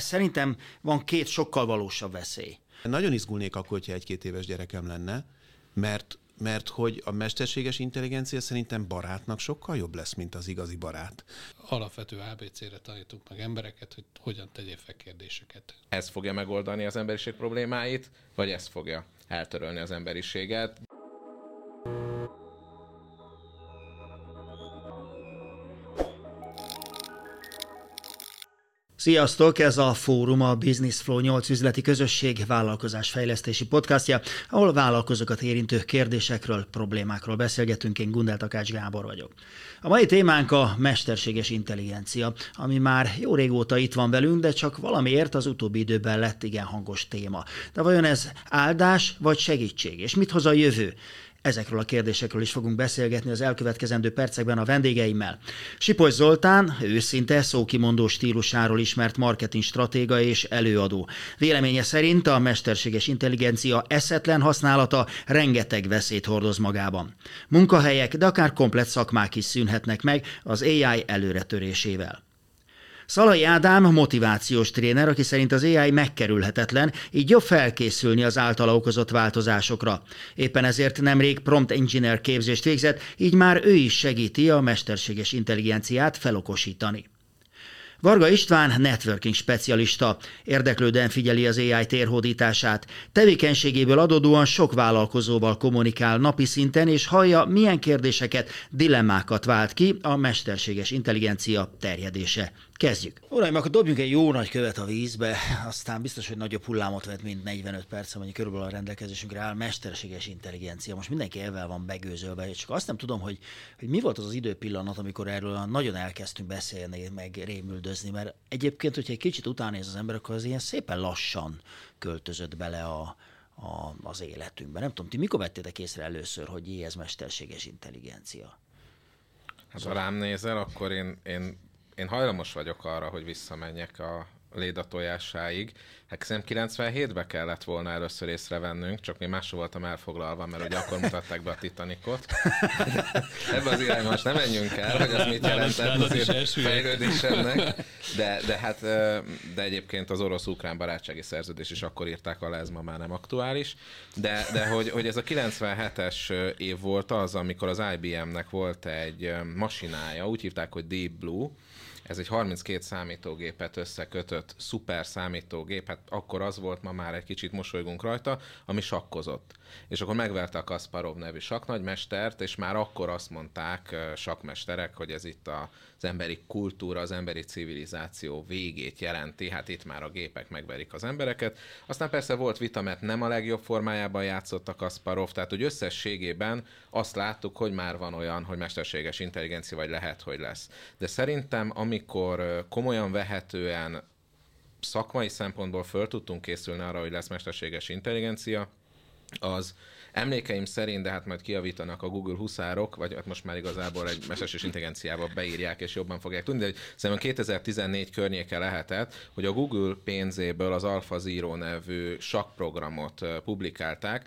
szerintem van két sokkal valósabb veszély. Nagyon izgulnék akkor, hogyha 1-2 éves gyerekem lenne, mert hogy a mesterséges intelligencia szerintem barátnak sokkal jobb lesz, mint az igazi barát. Alapvető ABC-re tanítunk meg embereket, hogy hogyan tegyél fel kérdéseket. Ez fogja megoldani az emberiség problémáit, vagy ez fogja eltörölni az emberiséget? Sziasztok! Ez a Fórum, a Business Flow 8 üzleti közösség vállalkozásfejlesztési podcastja, ahol vállalkozókat érintő kérdésekről, problémákról beszélgetünk. Én Gundel Takács Gábor vagyok. A mai témánk a mesterséges intelligencia, ami már jó régóta itt van velünk, de csak valamiért az utóbbi időben lett igen hangos téma. De vajon ez áldás vagy segítség? És mit hoz a jövő? Ezekről a kérdésekről is fogunk beszélgetni az elkövetkezendő percekben a vendégeimmel. Sipos Zoltán, őszinte, szókimondó stílusáról ismert marketing stratéga és előadó. Véleménye szerint a mesterséges intelligencia eszetlen használata rengeteg veszélyt hordoz magában. Munkahelyek, de akár komplett szakmák is szűnhetnek meg az AI előretörésével. Szalai Ádám motivációs tréner, aki szerint az AI megkerülhetetlen, így jobb felkészülni az általa okozott változásokra. Éppen ezért nemrég prompt engineer képzést végzett, így már ő is segíti a mesterséges intelligenciát felokosítani. Varga István networking specialista, érdeklődően figyeli az AI térhódítását. Tevékenységéből adódóan sok vállalkozóval kommunikál napi szinten, és hallja, milyen kérdéseket, dilemmákat vált ki a mesterséges intelligencia terjedése. Kezdjük. Uraim, akkor dobjunk egy jó nagy követ a vízbe, aztán biztos, hogy nagyobb hullámot vet, mint 45 perc, amennyi körülbelül a rendelkezésünkre áll mesterséges intelligencia. Most mindenki elvel van begőzölve, csak azt nem tudom, hogy mi volt az időpillanat, amikor erről nagyon elkezdtünk beszélni, meg rémüldözni, mert egyébként, hogyha egy kicsit utánéz az ember, akkor az ilyen szépen lassan költözött bele az életünkbe. Nem tudom, ti mikor vettétek észre először, hogy ez mesterséges intelligencia? Hát ha rám nézel, akkor én hajlamos vagyok arra, hogy visszamenjek a Léda tojásáig. Hát szerintem 97-ben kellett volna először észrevennünk, csak én máshol voltam elfoglalva, mert ugye akkor mutatták be a Titanicot. Ebbe az irányba most nem menjünk el, hogy az mit jelentett azért fejlődésemnek. De egyébként az orosz-ukrán barátsági szerződés is akkor írták alá, ez ma már nem aktuális. De hogy ez a 97-es év volt az, amikor az IBM-nek volt egy masinája, úgy hívták, hogy Deep Blue. Ez egy 32 számítógépet összekötött szuper számítógép, hát akkor az volt, ma már egy kicsit mosolygunk rajta, ami sakkozott. És akkor megverte a Kasparov nevű sakknagymestert, és már akkor azt mondták sakkmesterek, hogy ez itt az emberi kultúra, az emberi civilizáció végét jelenti, hát itt már a gépek megverik az embereket. Aztán persze volt vita, mert nem a legjobb formájában játszott a Kasparov, tehát hogy összességében azt láttuk, hogy már van olyan, hogy mesterséges intelligencia, vagy lehet, hogy lesz. De szerintem, amikor komolyan vehetően szakmai szempontból föl tudtunk készülni arra, hogy lesz mesterséges intelligencia, az emlékeim szerint, de hát majd kijavítanak a Google huszárok, vagy hát most már igazából egy mesterséges intelligenciába beírják, és jobban fogják tudni, de szerintem 2014 környéke lehetett, hogy a Google pénzéből az AlphaZero nevű sakkprogramot publikálták,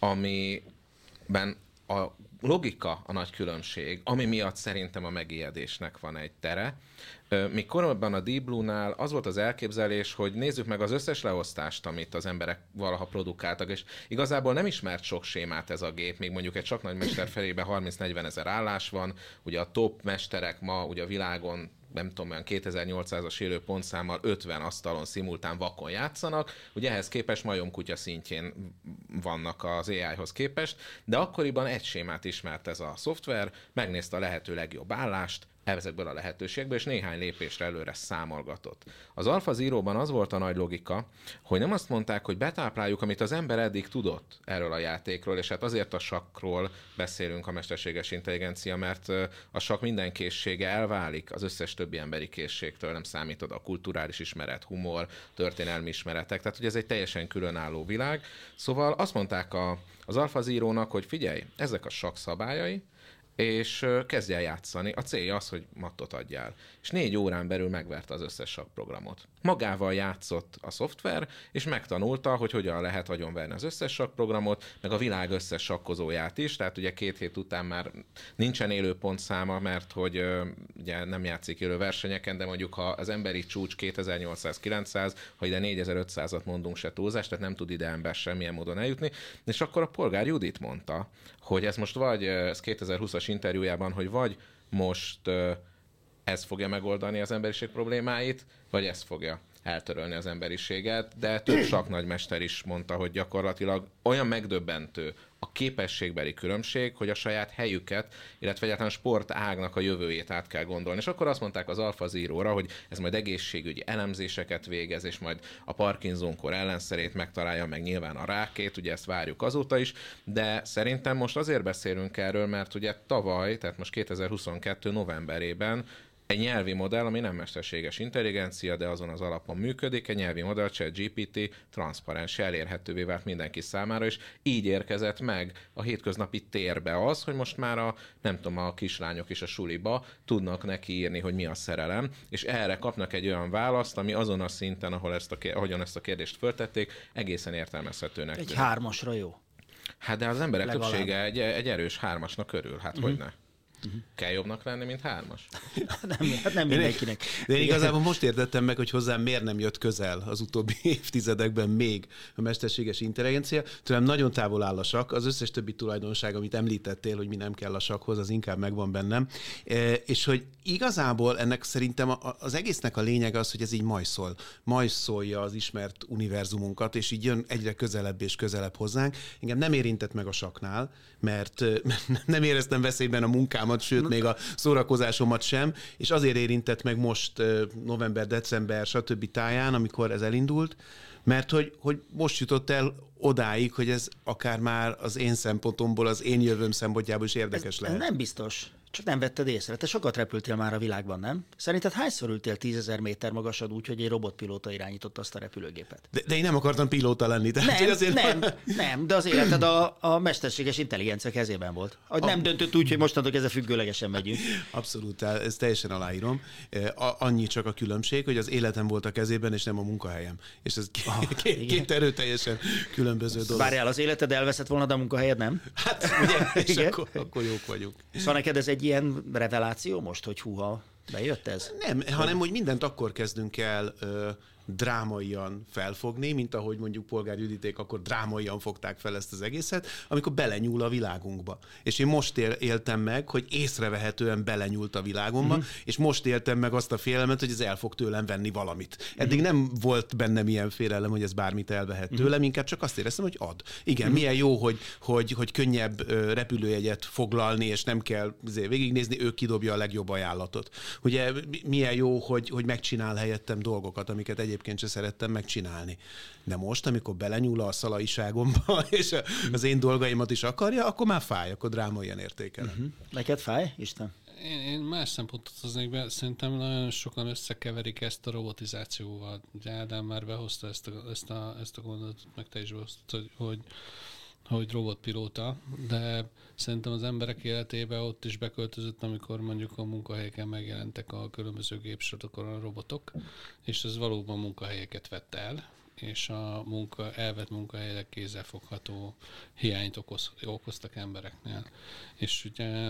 amiben a logika a nagy különbség, ami miatt szerintem a megijedésnek van egy tere. Míg korábban a Deep Blue-nál az volt az elképzelés, hogy nézzük meg az összes leosztást, amit az emberek valaha produkáltak, és igazából nem ismert sok sémát ez a gép, még mondjuk egy sakknagymester felében 30-40 ezer állás van, ugye a top mesterek ma ugye a világon nem tudom, olyan 2800-as élő pontszámmal 50 asztalon szimultán vakon játszanak, ugye ehhez képest majomkutya szintjén vannak az AI-hoz képest, de akkoriban egy sémát ismert ez a szoftver, megnézte a lehető legjobb állást, ezekből a lehetőségekből, és néhány lépésre előre számolgatott. Az AlphaZero-ban az volt a nagy logika, hogy nem azt mondták, hogy betápláljuk, amit az ember eddig tudott erről a játékról, és hát azért a sakkról beszélünk a mesterséges intelligencia, mert a sakk minden készsége elválik az összes többi emberi készségtől, nem számítod a kulturális ismeret, humor, történelmi ismeretek, tehát hogy ez egy teljesen különálló világ. Szóval azt mondták az AlphaZero-nak, hogy figyelj, ezek a sakk szabályai, és kezdj el játszani. A célja az, hogy mattot adjál. És 4 órán belül megverte az összes sakkprogramot. Magával játszott a szoftver, és megtanulta, hogy hogyan lehet agyonverni az összes sakkprogramot, meg a világ összes sakkozóját is, tehát ugye 2 hét után már nincsen élő pontszáma, mert hogy ugye nem játszik élő versenyeken, de mondjuk ha az emberi csúcs 2800-900, ha ide 4500-at mondunk, se túlzás, tehát nem tud ide ember semmilyen módon eljutni, és akkor a polgár Judit mondta, hogy ez most vagy, ez 2020-as interjújában, hogy vagy most ez fogja megoldani az emberiség problémáit, vagy ez fogja eltörölni az emberiséget, de több sakknagymester is mondta, hogy gyakorlatilag olyan megdöbbentő a képességbeli különbség, hogy a saját helyüket, illetve egyáltalán sport ágnak a jövőjét át kell gondolni. És akkor azt mondták az Alpha Zero-ra, hogy ez majd egészségügyi elemzéseket végez, és majd a Parkinson-kor ellenszerét megtalálja, meg nyilván a rákét, ugye ezt várjuk azóta is, de szerintem most azért beszélünk erről, mert ugye tavaly, tehát most 2022 novemberében egy nyelvi modell, ami nem mesterséges intelligencia, de azon az alapon működik, egy nyelvi modell, ChatGPT transzparens, elérhetővé vált mindenki számára, és így érkezett meg a hétköznapi térbe az, hogy most már a kislányok is a suliba tudnak neki írni, hogy mi a szerelem, és erre kapnak egy olyan választ, ami azon a szinten, ahogyan ezt a kérdést föltették, egészen értelmezhetőnek. Egy 3-asra jó. Hát de az emberek legalább többsége egy erős 3-asnak örül, hát hogyne. Kell jobbnak lenni, mint 3-as? Nem mindenkinek. De én igazából most értettem meg, hogy hozzám miért nem jött közel az utóbbi évtizedekben még a mesterséges intelligencia. Tőlem nagyon távol áll a sakk, az összes többi tulajdonság, amit említettél, hogy mi nem kell a sakkhoz, az inkább megvan bennem. És hogy igazából ennek szerintem az egésznek a lényege az, hogy ez így majszolja az ismert univerzumunkat, és így jön egyre közelebb és közelebb hozzánk. Engem nem érintett meg a sakknál, mert nem éreztem veszélyben a munkámat, sőt, még a szórakozásomat sem, és azért érintett meg most november, december, stb. Táján, amikor ez elindult, mert hogy most jutott el odáig, hogy ez akár már az én szempontomból, az én jövőm szempontjából is érdekes lehet. Ez nem biztos. Csak nem vetted észre. Te sokat repültél már a világban, nem? Szerinted hányszor ültél 10 000 méter magasad úgy, hogy egy robotpilóta irányította azt a repülőgépet? De én nem akartam pilóta lenni. Tehát nem, de az életed a mesterséges intelligencia kezében volt. Nem döntött úgy, hogy mostantól kezdve függőlegesen megyünk. Abszolút, ezt teljesen aláírom. Annyi csak a különbség, hogy az életem volt a kezében, és nem a munkahelyem. És ez két erőteljesen különböző dolog. Várjál, az életed elveszett volna, de a munkahelyed nem? Hát ugye, és akkor jók vagyunk. Szóval neked ez egy ilyen reveláció most, hogy húha, bejött ez? Nem, hanem hogy mindent akkor kezdünk el drámaian felfogni, mint ahogy mondjuk Polgár Juditék akkor drámaian fogták fel ezt az egészet, amikor belenyúl a világunkba. És én most éltem meg, hogy észrevehetően belenyúlt a világomba, és most éltem meg azt a félelmet, hogy ez el fog tőlem venni valamit. Eddig nem volt bennem ilyen félelem, hogy ez bármit elvehet tőlem, inkább csak azt éreztem, hogy ad. Igen, milyen jó, hogy könnyebb repülőjegyet foglalni, és nem kell végignézni, ő kidobja a legjobb ajánlatot. Ugye milyen jó, hogy megcsinál helyettem dolgokat, amiket egyébként se szerettem megcsinálni. De most, amikor belenyúl a szalaiságomba, és az én dolgaimat is akarja, akkor már fáj, akkor drámaian értékelem. Neked fáj, Isten? Én más szempontot hoznék be. Szerintem nagyon sokan összekeverik ezt a robotizációval. Ugye Ádám már behozta ezt a gondolatot, meg te is behoztad, hogy robotpilóta, de szerintem az emberek életébe ott is beköltözött, amikor mondjuk a munkahelyeken megjelentek a különböző gépsorokon a robotok, és ez valóban munkahelyeket vett el, és a elvett munkahelyek kézzelfogható hiányt okoztak embereknél. És ugye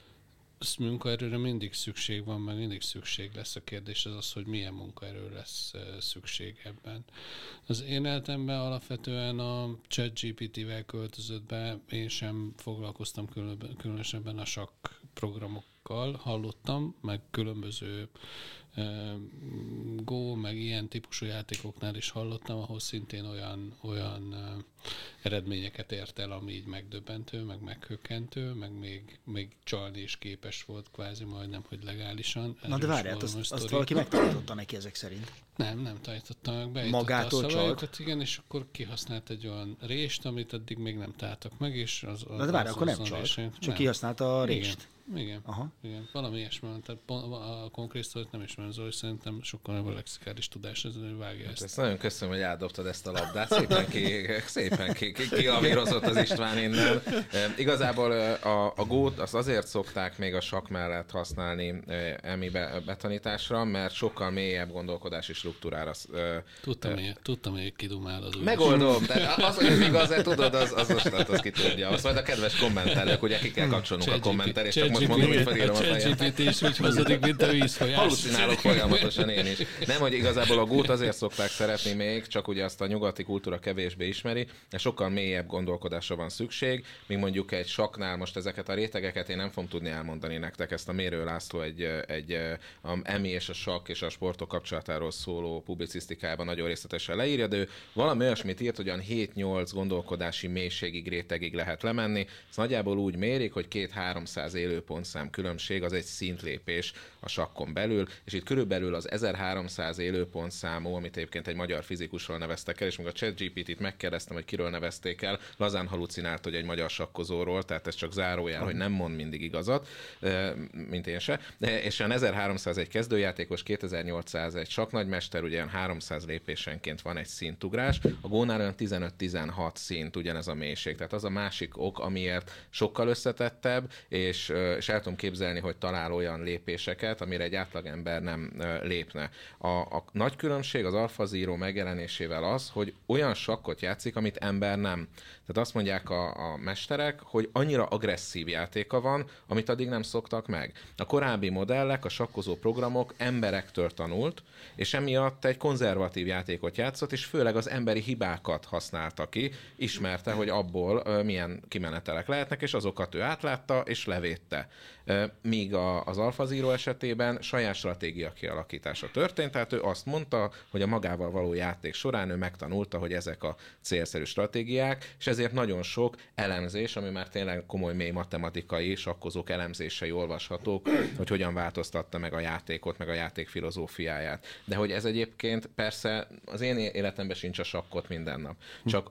munkaerőre mindig szükség van, meg mindig szükség lesz. A kérdés az, hogy milyen munkaerő lesz szükség ebben. Az én életemben alapvetően a ChatGPT-vel költözött be, én sem foglalkoztam különösebben a sakk programokkal, hallottam, meg különböző Go, meg ilyen típusú játékoknál is hallottam, ahol szintén olyan eredményeket ért el, ami így megdöbbentő, meg meghökkentő, meg még csalni is képes volt kvázi majdnem, hogy legálisan. Na de várját, azt valaki megtanította neki ezek szerint. Nem tanította meg, magától a szabályokat, igen, és akkor kihasznált egy olyan rést, amit addig még nem találtak meg, és de várj, akkor nem csalt, csak kihasználta a rést. Igen. Aha. Igen. Valami ilyesmi van. Tehát a konkrét sztorit nem ismerem, Zoli, szerintem sokkal nagyobb lexikális tudás, ez vágja ezt. Ezt nagyon köszönöm, hogy eldobtad ezt a labdát. Szépen kilavírozott az István innen. Igazából a gót azt azért szokták még a sakk mellett használni EMI betanításra, mert sokkal mélyebb gondolkodási struktúrára. Tudtam, hogy kidumálod. Megoldom. Tehát az, hogy igaz, tudod, az ki tudja. Azt majd a kedves kommentelők, ugye ki kell kapcsolnunk a kommentel, és csak most mondom, hogy felírom a fejem. ChatGPT is úgy hozódik, mint a vízfolyás. Halucinálok folyamatosan én is. Nem, hogy igazából a gót azért szokták szeretni még, csak ugye azt a nyugati kultúra kevésbé ismeri, de sokkal mélyebb gondolkodásra van szükség, míg mondjuk egy sakknál most ezeket a rétegeket én nem fogom tudni elmondani nektek, ezt a Mérő László egy EMI és a sakk és a sportok kapcsolatáról szóló publicisztikájában nagyon részletesen leírja, de ő valami olyasmit írt, hogy olyan 7-8 gondolkodási mélységig, rétegig lehet lemenni. Ez nagyjából úgy mérik, hogy 200-300 élőpontszám különbség, az egy szintlépés a sakkon belül, és itt körülbelül az 1300 élőpontszámú, amit egyébként egy magyar fizikusról neveztek el, és még a ChatGPT-t megkérdeztem, hogy kiről nevezték el, lazán halucinált, hogy egy magyar sakkozóról, tehát ez csak zárójel, hogy nem mond mindig igazat, mint én se. És olyan 1300 egy kezdőjátékos, 2800 egy sakknagymester, ugye olyan 300 lépésenként van egy szintugrás, a gónál olyan 15-16 szint ugyanez a mélység. Tehát az a másik ok, amiért sokkal összetettebb, és el tudom képzelni, hogy talál olyan lépéseket, amire egy átlagember nem lépne. A nagy különbség az AlphaZero megjelenésével az, hogy olyan sakkot játszik, amit ember nem. Tehát azt mondják a mesterek, hogy annyira agresszív játéka van, amit addig nem szoktak meg. A korábbi modellek, a sakkozó programok emberektől tanult, és emiatt egy konzervatív játékot játszott, és főleg az emberi hibákat használta ki, ismerte, hogy abból milyen kimenetelek lehetnek, és azokat ő átlátta, és levédte. Míg az AlphaZero esetében saját stratégia kialakítása történt, tehát ő azt mondta, hogy a magával való játék során ő megtanulta, hogy ezek a célszerű stratégiák, és ezért nagyon sok elemzés, ami már tényleg komoly mély matematikai sakkozók elemzései olvashatók, hogy hogyan változtatta meg a játékot, meg a játék filozófiáját. De hogy ez egyébként persze az én életemben sincs a sakkot minden nap. Csak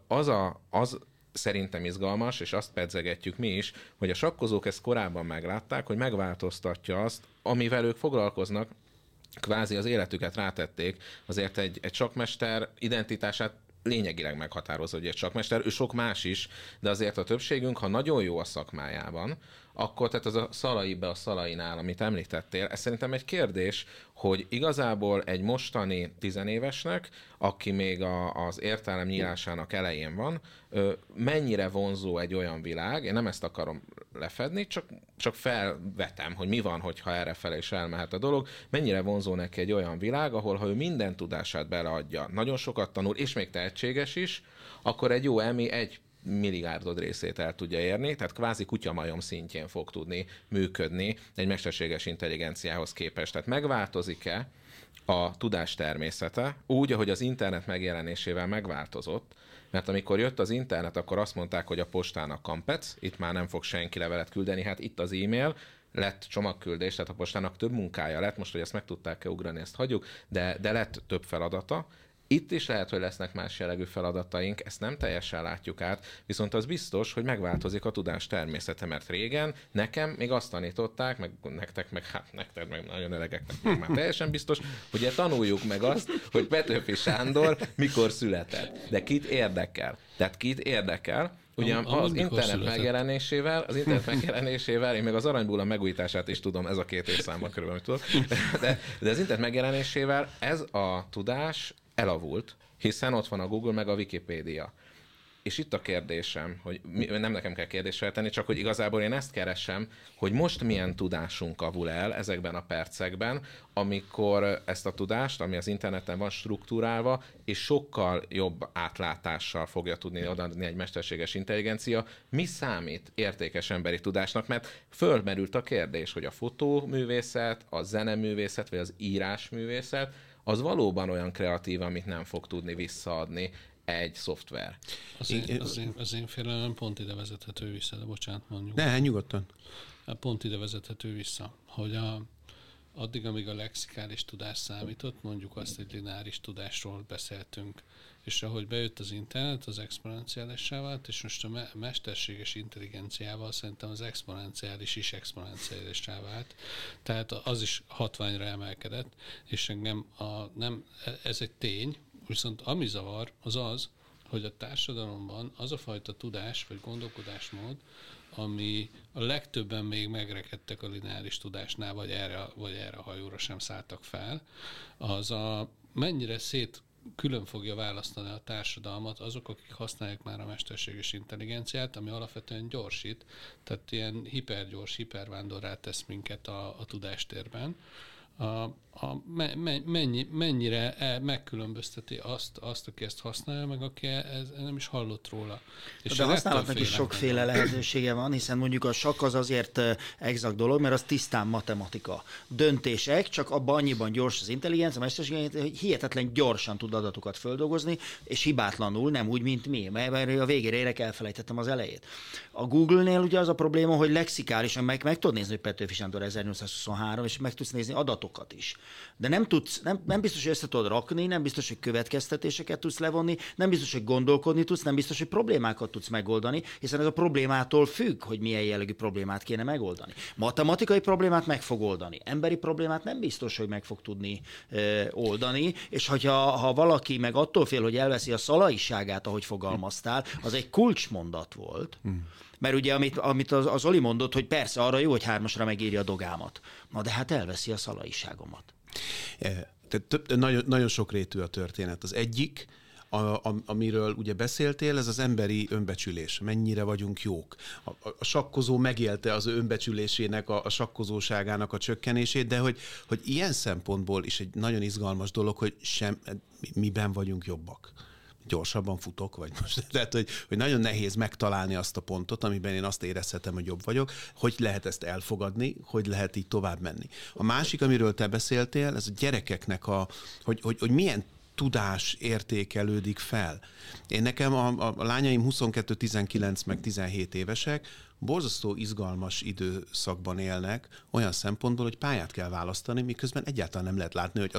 az szerintem izgalmas, és azt pedzegetjük mi is, hogy a sakkozók ezt korábban meglátták, hogy megváltoztatja azt, amivel ők foglalkoznak, kvázi az életüket rátették, azért egy sakkmester identitását lényegileg meghatározza, hogy egy sakkmester, ő sok más is, de azért a többségünk, ha nagyon jó a szakmájában, akkor tehát az a Szalaibe a Szalainál, amit említettél, ez szerintem egy kérdés, hogy igazából egy mostani tizenévesnek, aki még az értelem nyílásának elején van, mennyire vonzó egy olyan világ, én nem ezt akarom lefedni, csak felvetem, hogy mi van, hogyha errefele is elmehet a dolog, mennyire vonzó neki egy olyan világ, ahol ha ő minden tudását beleadja, nagyon sokat tanul, és még tehetséges is, akkor egy jó EMI egy milliárdod részét el tudja érni, tehát kvázi kutyamajom szintjén fog tudni működni egy mesterséges intelligenciához képest. Tehát megváltozik-e a tudás természete úgy, ahogy az internet megjelenésével megváltozott, mert amikor jött az internet, akkor azt mondták, hogy a postának kampec, itt már nem fog senki levelet küldeni, hát itt az e-mail, lett csomagküldés, tehát a postának több munkája lett, most, hogy ezt meg tudták-e ugrani, ezt hagyjuk, de lett több feladata. Itt is lehet, hogy lesznek más jellegű feladataink, ezt nem teljesen látjuk át, viszont az biztos, hogy megváltozik a tudás természete, mert régen nekem még azt tanították, meg nektek meg nagyon öregeknek meg már teljesen biztos, hogy tanuljuk meg azt, hogy Petőfi Sándor mikor született. De kit érdekel? Tehát kit érdekel? Ugye az internet megjelenésével, én még az Aranybulla megújítását is tudom, ez a 2 évszámban körülbelül tudom, de az internet megjelenésével ez a tudás elavult, hiszen ott van a Google meg a Wikipédia. És itt a kérdésem, hogy nem nekem kell kérdést feltenni, csak hogy igazából én ezt keresem, hogy most milyen tudásunk avul el ezekben a percekben, amikor ezt a tudást, ami az interneten van struktúrálva, és sokkal jobb átlátással fogja tudni adni egy mesterséges intelligencia, mi számít értékes emberi tudásnak, mert fölmerült a kérdés, hogy a fotóművészet, a zeneművészet, vagy az írásművészet, az valóban olyan kreatív, amit nem fog tudni visszaadni egy szoftver. Az én félelem pont ide vezethető vissza, de bocsánat, mondjuk. Ne, nyugodtan. Pont ide vezethető vissza, hogy addig, amíg a lexikális tudás számított, mondjuk azt, hogy lineáris tudásról beszéltünk, és ahogy bejött az internet, az exponenciálissá vált, és most a mesterséges intelligenciával szerintem az exponenciális is exponenciálissá vált, tehát az is hatványra emelkedett, és ez egy tény, viszont ami zavar, az, hogy a társadalomban az a fajta tudás vagy gondolkodásmód, ami a legtöbben még megrekedtek a lineáris tudásnál, vagy erre a hajóra sem szálltak fel, az mennyire külön fogja választani a társadalmat azok, akik használják már a mesterséges intelligenciát, ami alapvetően gyorsít, tehát ilyen hipergyors, hipervándorrá tesz minket a tudástérben. Mennyire megkülönbözteti azt, aki ezt használja, meg aki nem is hallott róla. És de a használatnak is sokféle lehetősége van, hiszen mondjuk a sakk az azért exakt dolog, mert az tisztán matematika. Döntések, csak abban annyiban gyors az intelligencia, a mesterséges, hogy hihetetlen gyorsan tud adatokat földolgozni, és hibátlanul, nem úgy, mint mi, mert a végére érek, elfelejtettem az elejét. A Google-nél ugye az a probléma, hogy lexikálisan meg tudod nézni, hogy Petőfi Sándor 1823, és meg tudsz nézni adatokat is. De nem biztos, hogy össze tudod rakni, nem biztos, hogy következtetéseket tudsz levonni, nem biztos, hogy gondolkodni tudsz, nem biztos, hogy problémákat tudsz megoldani, hiszen ez a problémától függ, hogy milyen jellegű problémát kéne megoldani. Matematikai problémát meg fog oldani, emberi problémát nem biztos, hogy meg fog tudni oldani, és ha valaki meg attól fél, hogy elveszi a szalaiságát, ahogy fogalmaztál, az egy kulcsmondat volt. Mert ugye, amit az Oli mondott, hogy persze arra jó, hogy 3-asra megírja a dogámat. Na de hát elveszi a szalaiságomat. Nagyon, nagyon sokrétű a történet. Az egyik, amiről ugye beszéltél, ez az emberi önbecsülés. Mennyire vagyunk jók. A sakkozó megélte az önbecsülésének, a sakkozóságának a csökkenését, de hogy ilyen szempontból is egy nagyon izgalmas dolog, hogy miben vagyunk jobbak. Gyorsabban futok, vagy most. Tehát, hogy nagyon nehéz megtalálni azt a pontot, amiben én azt érezhetem, hogy jobb vagyok, hogy lehet ezt elfogadni, hogy lehet így tovább menni. A másik, amiről te beszéltél, ez a gyerekeknek hogy milyen tudás értékelődik fel. Nekem a lányaim 22, 19, meg 17 évesek, borzasztó izgalmas időszakban élnek, olyan szempontból, hogy pályát kell választani, miközben egyáltalán nem lehet látni, hogy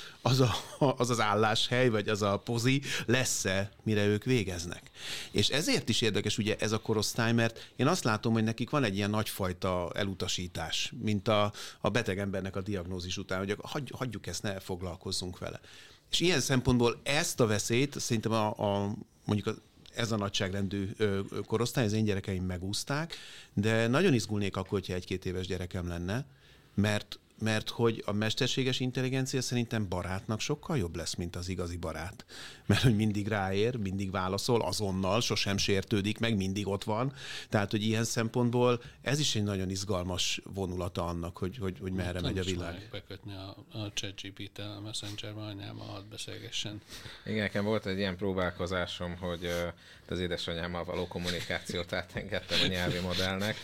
az álláshely, vagy az a pozi lesz-e, mire ők végeznek. És ezért is érdekes ugye ez a korosztály, mert én azt látom, hogy nekik van egy ilyen nagyfajta elutasítás, mint a beteg embernek a diagnózis után, hogy hagyjuk ezt, ne foglalkozzunk vele. És ilyen szempontból ezt a veszélyt szerintem mondjuk ez a nagyságrendű korosztály, az én gyerekeim megúszták, de nagyon izgulnék akkor, hogyha 1-2 éves gyerekem lenne, mert hogy a mesterséges intelligencia szerintem barátnak sokkal jobb lesz, mint az igazi barát. Mert hogy mindig ráér, mindig válaszol, azonnal, sosem sértődik meg, mindig ott van. Tehát, hogy ilyen szempontból ez is egy nagyon izgalmas vonulata annak, hogy merre megy a világ. Nem bekötni a ChatGPT-tel a Messengerben, anyámmal hadd beszélgessen. Igen, nekem volt egy ilyen próbálkozásom, hogy az édesanyámmal való kommunikációt átengedtem a nyelvi modellnek.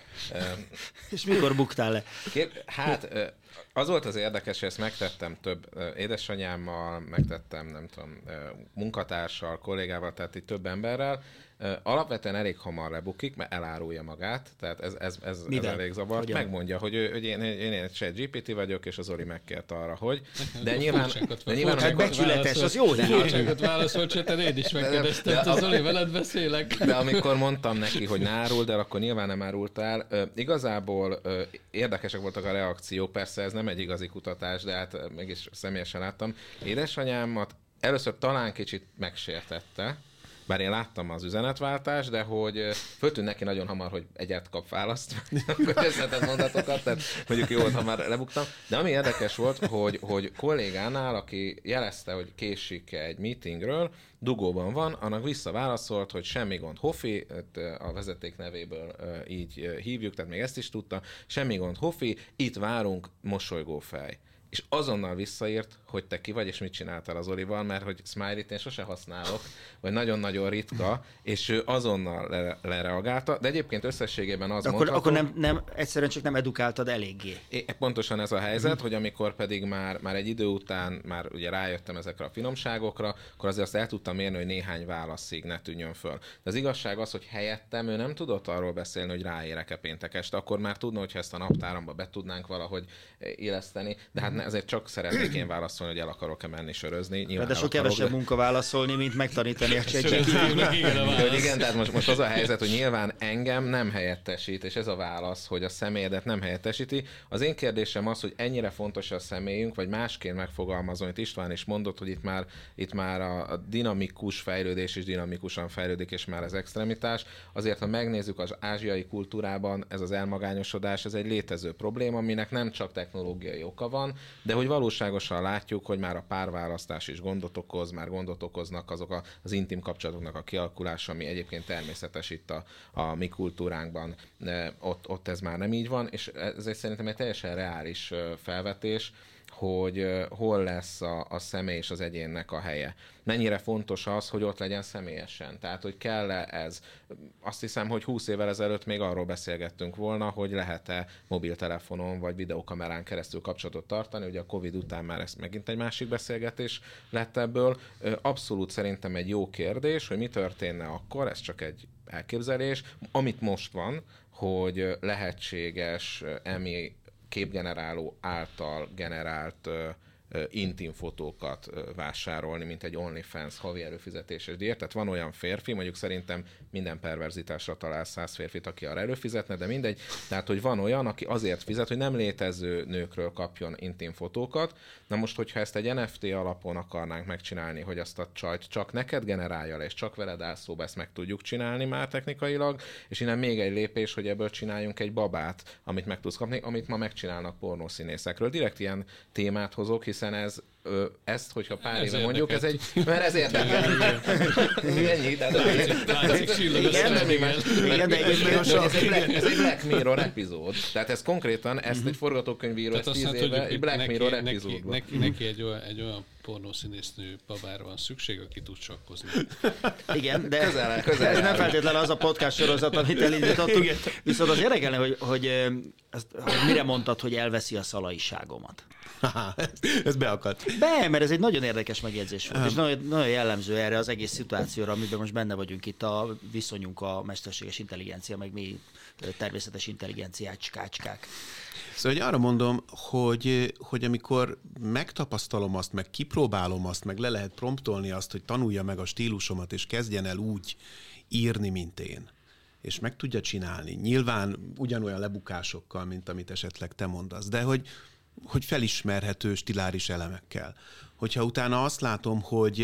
És mikor buktál le? Hát az volt az érdekes, hogy ezt megtettem több édesanyámmal, megtettem, nem tudom, munkatársal, kollégával, tehát itt több emberrel. Alapvetően elég hamar lebukik, mert elárulja magát, tehát ez elég zavart. Hogyan? Megmondja, hogy én egy ChatGPT vagyok, és az Oli megkért arra, hogy... De nyilván becsületes, az jó. Furcsákat válaszolt, hogy én is megkérdeztem, az Oli, veled beszélek. De amikor mondtam neki, hogy ne áruld el, akkor nyilván nem árult el. Igazából érdekesek voltak a reakciók, persze ez nem egy igazi kutatás, de hát mégis személyesen láttam. Édesanyámat először talán kicsit megsértette, bár én láttam az üzenetváltást, de hogy föltűnt neki nagyon hamar, hogy egyet kap választ, akkor összetett mondatokat, tehát mondjuk jó volt, ha már lebuktam. De ami érdekes volt, hogy kollégánál, aki jelezte, hogy késik egy meetingről, dugóban van, annak visszaválaszolt, hogy semmi gond, Hofi, a vezeték nevéből így hívjuk, tehát még ezt is tudta, semmi gond, Hofi, itt várunk, mosolygó fej. és azonnal visszaírt, hogy te ki vagy, és mit csináltál az Olival, mert hogy smiley-t én sose használok, vagy nagyon-nagyon ritka, és ő azonnal lereagálta, de egyébként összességében az mondható... Akkor nem, egyszerűen csak nem edukáltad eléggé. Pontosan ez a helyzet, hogy amikor pedig már egy idő után már ugye rájöttem ezekre a finomságokra, akkor azért azt el tudtam érni, hogy néhány válaszig ne tűnjön föl. De az igazság az, hogy helyettem ő nem tudott arról beszélni, hogy ráérek-e péntek este, akkor már tudna, hogyha ezt a naptáramba be tudnánk valahogy illeszteni, de hát ezért csak szeretnék én válaszolni, hogy el akarok-e menni sörözni. De sok kevesebb munka válaszolni, mint megtanítani a igen, tehát most az a helyzet, hogy nyilván engem nem helyettesít, és ez a válasz, hogy a személyedet nem helyettesíti. Az én kérdésem az, hogy ennyire fontos a személyünk, vagy másként megfogalmazom, hogy István is mondott, hogy itt már a dinamikus fejlődés is dinamikusan fejlődik, és már az extremitás. Azért, ha megnézzük az ázsiai kultúrában, ez az elmagányosodás, ez egy létező probléma, aminek nem csak technológiai oka van, de hogy valóságosan látjuk, hogy már a párválasztás is gondot okoz, már gondot okoznak azok az intim kapcsolatoknak a kialakulása, ami egyébként természetes itt a mi kultúránkban, ott ez már nem így van, és ez szerintem egy teljesen reális felvetés, hogy hol lesz a személy és az egyénnek a helye. Mennyire fontos az, hogy ott legyen személyesen. Tehát, hogy kell-e ez. Azt hiszem, hogy 20 évvel ezelőtt még arról beszélgettünk volna, hogy lehet-e mobiltelefonon vagy videókamerán keresztül kapcsolatot tartani. Ugye a Covid után már ez megint egy másik beszélgetés lett ebből. Abszolút szerintem egy jó kérdés, hogy mi történne akkor, ez csak egy elképzelés, amit most van, hogy lehetséges képgeneráló által generált intim fotókat vásárolni, mint egy OnlyFans havi előfizetéses díjat. Tehát van olyan férfi, mondjuk szerintem minden perverzitásra talál 100 férfit, aki arra előfizetne, de mindegy. Tehát, hogy van olyan, aki azért fizet, hogy nem létező nőkről kapjon intim fotókat. Na most, hogyha ezt egy NFT alapon akarnánk megcsinálni, hogy azt a csajt csak neked generálja le, és csak veled áll szóba, ezt meg tudjuk csinálni már technikailag, és innen még egy lépés, hogy ebből csináljunk egy babát, amit meg tudsz kapni, amit ma megcsinálnak pornószínészekről. Direkt ilyen témát hozok, hiszen ezt, hogyha pár éve mondjuk, ez egy, mert ez érdekel. Ennyi, ez egy Black Mirror epizód. Tehát ez konkrétan, ezt egy forgatókönyvíró, ez 10 éve egy Black Mirror epizódban. Neki egy olyan pornószínésznő babára van szükség, aki tud sakkozni. Igen, de ez nem feltétlenül az a podcast sorozat, amit elindítottunk. Viszont az érdekelne, hogy mire mondtad, hogy elveszi a szalaiságomat. Ez beakadt. Mert ez egy nagyon érdekes megjegyzés volt, és nagyon jellemző erre az egész szituációra, amiben most benne vagyunk itt a viszonyunk a mesterséges intelligencia, meg mi természetes intelligenciácskák. Szóval hogy arra mondom, hogy amikor megtapasztalom azt, meg kipróbálom azt, meg le lehet promptolni azt, hogy tanulja meg a stílusomat, és kezdjen el úgy írni, mint én, és meg tudja csinálni. Nyilván ugyanolyan lebukásokkal, mint amit esetleg te mondasz, de hogy felismerhető stiláris elemekkel. Hogyha utána azt látom,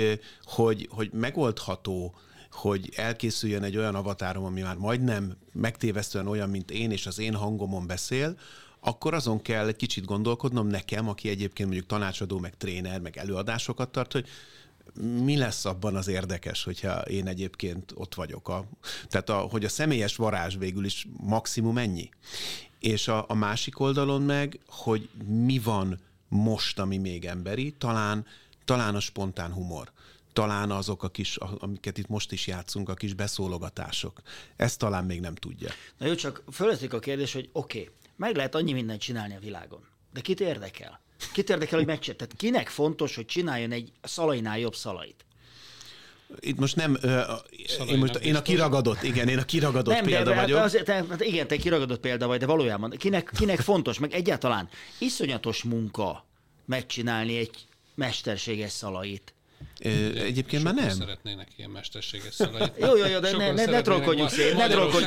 hogy megoldható, hogy elkészüljön egy olyan avatárom, ami már majdnem megtévesztően olyan, mint én, és az én hangomon beszél, akkor azon kell egy kicsit gondolkodnom nekem, aki egyébként mondjuk tanácsadó, meg tréner, meg előadásokat tart, hogy mi lesz abban az érdekes, hogyha én egyébként ott vagyok. Tehát hogy a személyes varázs végül is maximum ennyi. És a másik oldalon meg, hogy mi van most, ami még emberi, talán a spontán humor. Talán azok amiket itt most is játszunk, a kis beszólogatások. Ezt talán még nem tudja. Na jó, csak fölöszik a kérdés, hogy oké, meg lehet annyi mindent csinálni a világon, de kit érdekel? Kit érdekel, hogy megcsinálja? Tehát kinek fontos, hogy csináljon egy szalainál jobb szalait? Itt most nem, én a kiragadott példa vagyok. Igen, te kiragadott példa vagy, de valójában kinek fontos, meg egyáltalán iszonyatos munka megcsinálni egy mesterséges szalait. Egyébként már nem. Szeretnének ilyen mesterséges szalait. Jó, de ne trollkodjuk szét.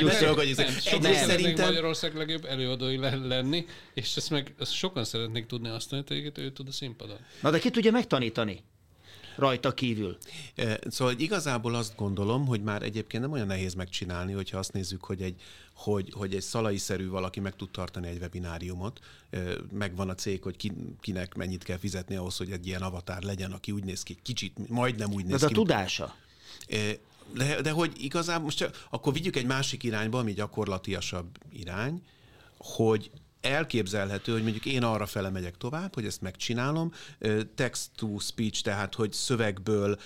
Szerintem Magyarország legjobb előadói lenni, és ezt sokan szeretnék tudni azt, hogy ő tud a színpadon. Na de ki tudja megtanítani? Rajta kívül. Szóval igazából azt gondolom, hogy már egyébként nem olyan nehéz megcsinálni, hogyha azt nézzük, hogy egy szalai-szerű valaki meg tud tartani egy webináriumot, megvan a cég, hogy kinek mennyit kell fizetni ahhoz, hogy egy ilyen avatár legyen, aki úgy néz ki, kicsit, majdnem úgy néz ki. Ez a tudása. De hogy igazából most akkor vigyük egy másik irányba, ami gyakorlatiasabb irány, hogy elképzelhető, hogy mondjuk én arra fele megyek tovább, hogy ezt megcsinálom, text to speech, tehát hogy szövegből,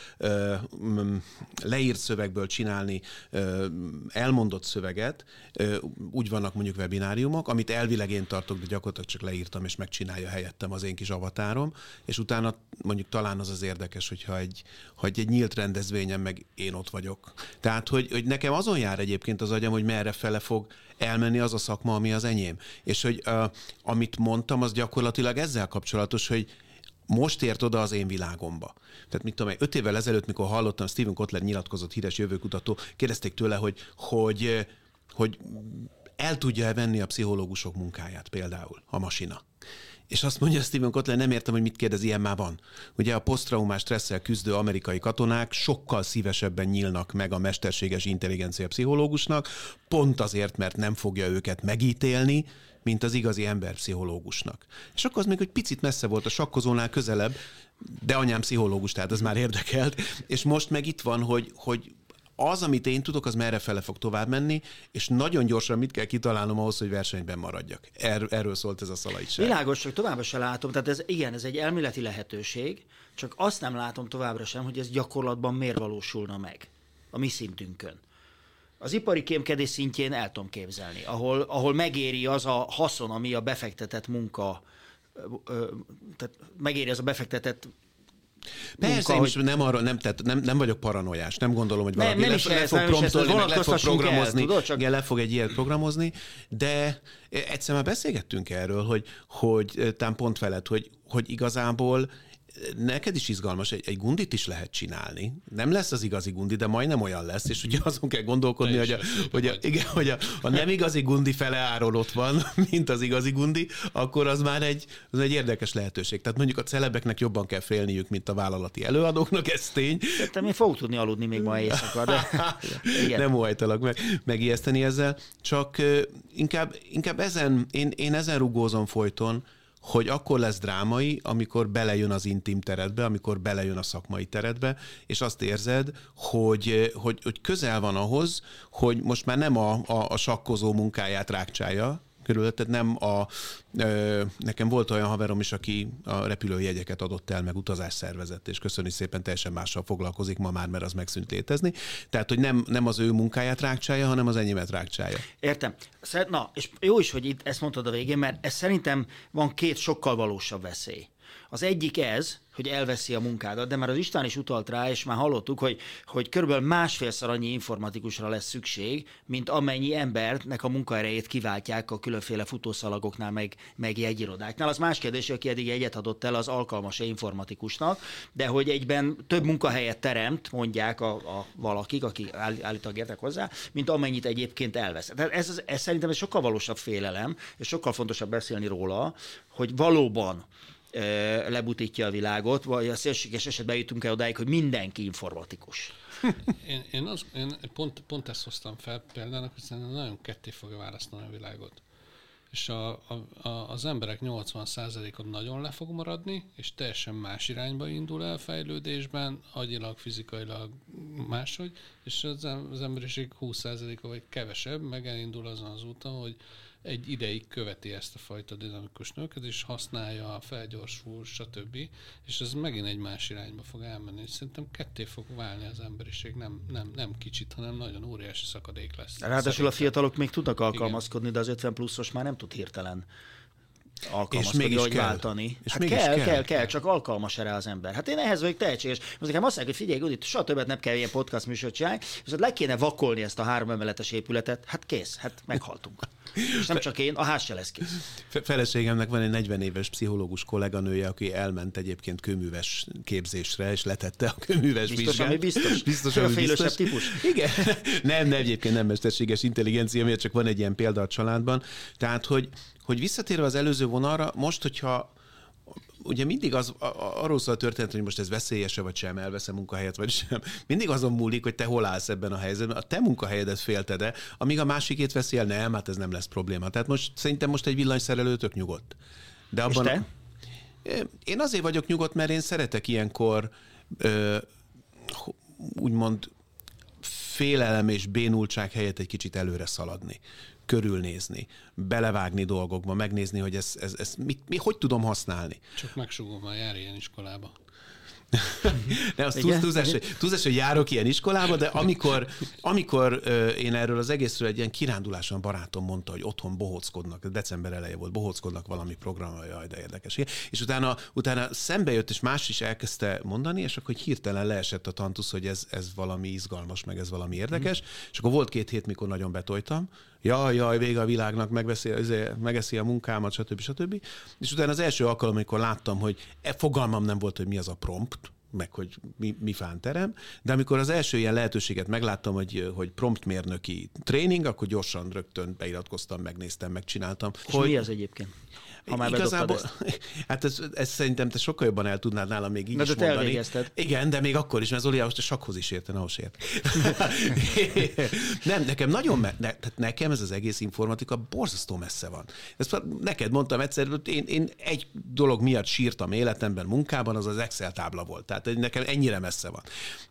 leírt szövegből csinálni elmondott szöveget, úgy vannak mondjuk webináriumok, amit elvileg én tartok, de gyakorlatilag csak leírtam, és megcsinálja helyettem az én kis avatárom, és utána mondjuk talán az érdekes, hogyha egy nyílt rendezvényen meg én ott vagyok. Tehát, hogy nekem azon jár egyébként az agyam, hogy merre fele fog elmenni az a szakma, ami az enyém. És hogy amit mondtam, az gyakorlatilag ezzel kapcsolatos, hogy most ért oda az én világomba. Tehát mit tudom, 5 évvel ezelőtt, mikor hallottam, Steven Kotler nyilatkozott, híres jövőkutató, kérdezték tőle, hogy el tudja venni a pszichológusok munkáját például a masina. És azt mondja Steven Kotler, nem értem, hogy mit kérdez, ilyen már van. Ugye a posztraumás stresszel küzdő amerikai katonák sokkal szívesebben nyílnak meg a mesterséges intelligencia pszichológusnak, pont azért, mert nem fogja őket megítélni, mint az igazi emberpszichológusnak. És akkor az még egy picit messze volt, a sakkozónál közelebb, de anyám pszichológus, tehát ez már érdekelt. És most meg itt van, hogy az, amit én tudok, az merre fele fog tovább menni, és nagyon gyorsan mit kell kitalálnom ahhoz, hogy versenyben maradjak. Erről szólt ez a szalaitság. Világos, csak továbbra sem látom. Tehát ez egy elméleti lehetőség, csak azt nem látom továbbra sem, hogy ez gyakorlatban miért valósulna meg a mi szintünkön. Az ipari kémkedés szintjén el tudom képzelni, ahol megéri az a haszon, ami a befektetett munka, tehát megéri az a befektetett Persze, munka, hogy... nem vagyok paranoiás, nem gondolom, hogy valaki le fog promptolni, meg le fog programozni, le fog egy ilyet programozni, de egyszer már beszélgettünk erről, hogy talán pont veled, hogy igazából neked is izgalmas, egy gundit is lehet csinálni. Nem lesz az igazi gundi, de majdnem olyan lesz, és ugye azon kell gondolkodni, hogy a nem igazi gundi fele áron ott van, mint az igazi gundi, akkor az már egy érdekes lehetőség. Tehát mondjuk a celebeknek jobban kell félniük, mint a vállalati előadóknak, ez tény. Szerintem én fogok tudni aludni még ma éjszaka, de igen. Nem óhajtalak megijeszteni ezzel, csak inkább én ezen rugózom folyton, hogy akkor lesz drámai, amikor belejön az intim teredbe, amikor belejön a szakmai teredbe, és azt érzed, hogy közel van ahhoz, hogy most már nem a sakkozó munkáját rákcsálja körülötted, nem nekem volt olyan haverom is, aki a repülőjegyeket adott el, meg utazást szervezett, és köszönjük szépen, teljesen mással foglalkozik ma már, mert az megszűnt létezni. Tehát, hogy nem az ő munkáját rákcsálja, hanem az enyémet rákcsálja. Értem. Na, és jó is, hogy itt ezt mondtad a végén, mert ez szerintem van 2 sokkal valósabb veszély. Az egyik ez, hogy elveszi a munkádat, de már az István is utalt rá, és már hallottuk, hogy körülbelül 1,5-szer annyi informatikusra lesz szükség, mint amennyi embernek a munkaerejét kiváltják a különféle futószalagoknál, meg jegyirodáknál. Az más kérdés, hogy aki eddig jegyet adott el, az alkalmas-e informatikusnak, de hogy egyben több munkahelyet teremt, mondják a valakik, akik állítólag értek hozzá, mint amennyit egyébként elvesz. Tehát ez szerintem egy sokkal valósabb félelem, és sokkal fontosabb beszélni róla, hogy valóban lebutítja a világot, vagy a szélséges esetben jutunk el odáig, hogy mindenki informatikus. Én pont ezt hoztam fel példának, hogy szerintem nagyon ketté fogja választani a világot. És az emberek 80%-a nagyon le fog maradni, és teljesen más irányba indul el fejlődésben, agyilag, fizikailag máshogy, és az emberiség 20%-a vagy kevesebb meg elindul azon az úton, hogy egy ideig követi ezt a fajta dinamikus növekedést, használja, felgyorsul, stb. És ez megint egy más irányba fog elmenni. És szerintem ketté fog válni az emberiség, nem kicsit, hanem nagyon óriási szakadék lesz. Ráadásul a fiatalok még tudnak alkalmazkodni, de az 50 pluszos már nem tud hirtelen alkalmazkodni, hogy váltani. És hát kell, csak alkalmas erre az ember. Hát én ehhez vagyok tehetséges. Most nekem azt mondják, hogy figyelj, Gudi, soha többet nem kell ilyen podcast műsort csinálni, viszont le kéne vakolni ezt a 3 emeletes épületet, hát kész, hát meghaltunk. És nem csak én, a ház se lesz kész. Feleségemnek van egy 40 éves pszichológus kolléganője, aki elment egyébként kőműves képzésre, és letette a kőműves vizsgát. Biztos, ami biztos. Típus. Igen. Nem, egyébként nem mesterséges intelligencia, miért csak van egy ilyen példa a családban. Tehát, hogy visszatérve az előző vonalra, most, hogyha ugye mindig arról szól a történet, hogy most ez veszélyese vagy sem, elvesz-e munkahelyet vagy sem. Mindig azon múlik, hogy te hol állsz ebben a helyzetben. A te munkahelyedet félted-e, amíg a másikét veszi el, nem, hát ez nem lesz probléma. Tehát szerintem most egy villanyszerelő tök nyugodt. De abban, és te? Én azért vagyok nyugodt, mert én szeretek ilyenkor úgymond félelem és bénultság helyett egy kicsit előre szaladni. körülnézni, belevágni dolgokba, megnézni, hogy hogy tudom használni. Csak megsugom, már jár ilyen iskolába. De az túlzás, hogy járok ilyen iskolába, de amikor én erről az egészről egy ilyen kiránduláson barátom mondta, hogy otthon bohóckodnak, december eleje volt, bohóckodnak valami programra, jaj, de érdekes. És utána szembe jött, és más is elkezdte mondani, és akkor hirtelen leesett a tantusz, hogy ez valami izgalmas, meg ez valami érdekes, és akkor volt 2 hét, mikor nagyon betoltam, jaj, vége a világnak, megeszi a munkámat, stb. És utána az első alkalom, amikor láttam, hogy fogalmam nem volt, hogy mi az a prompt, meg hogy mi fán terem, de amikor az első ilyen lehetőséget megláttam, hogy promptmérnöki tréning, akkor gyorsan rögtön beiratkoztam, megnéztem, megcsináltam. És mi az egyébként? Ha már igazából, hát ez szerintem te sokkal jobban el tudnád nálam még így de is mondani. Elvégezted. Igen, de még akkor is, mert Zoli ahhoz a sakhoz is érten, ahhoz ért. Nem, nekem ez az egész informatika borzasztó messze van. Ezt neked mondtam egyszer, én egy dolog miatt sírtam életemben, munkában, az Excel tábla volt. Tehát nekem ennyire messze van.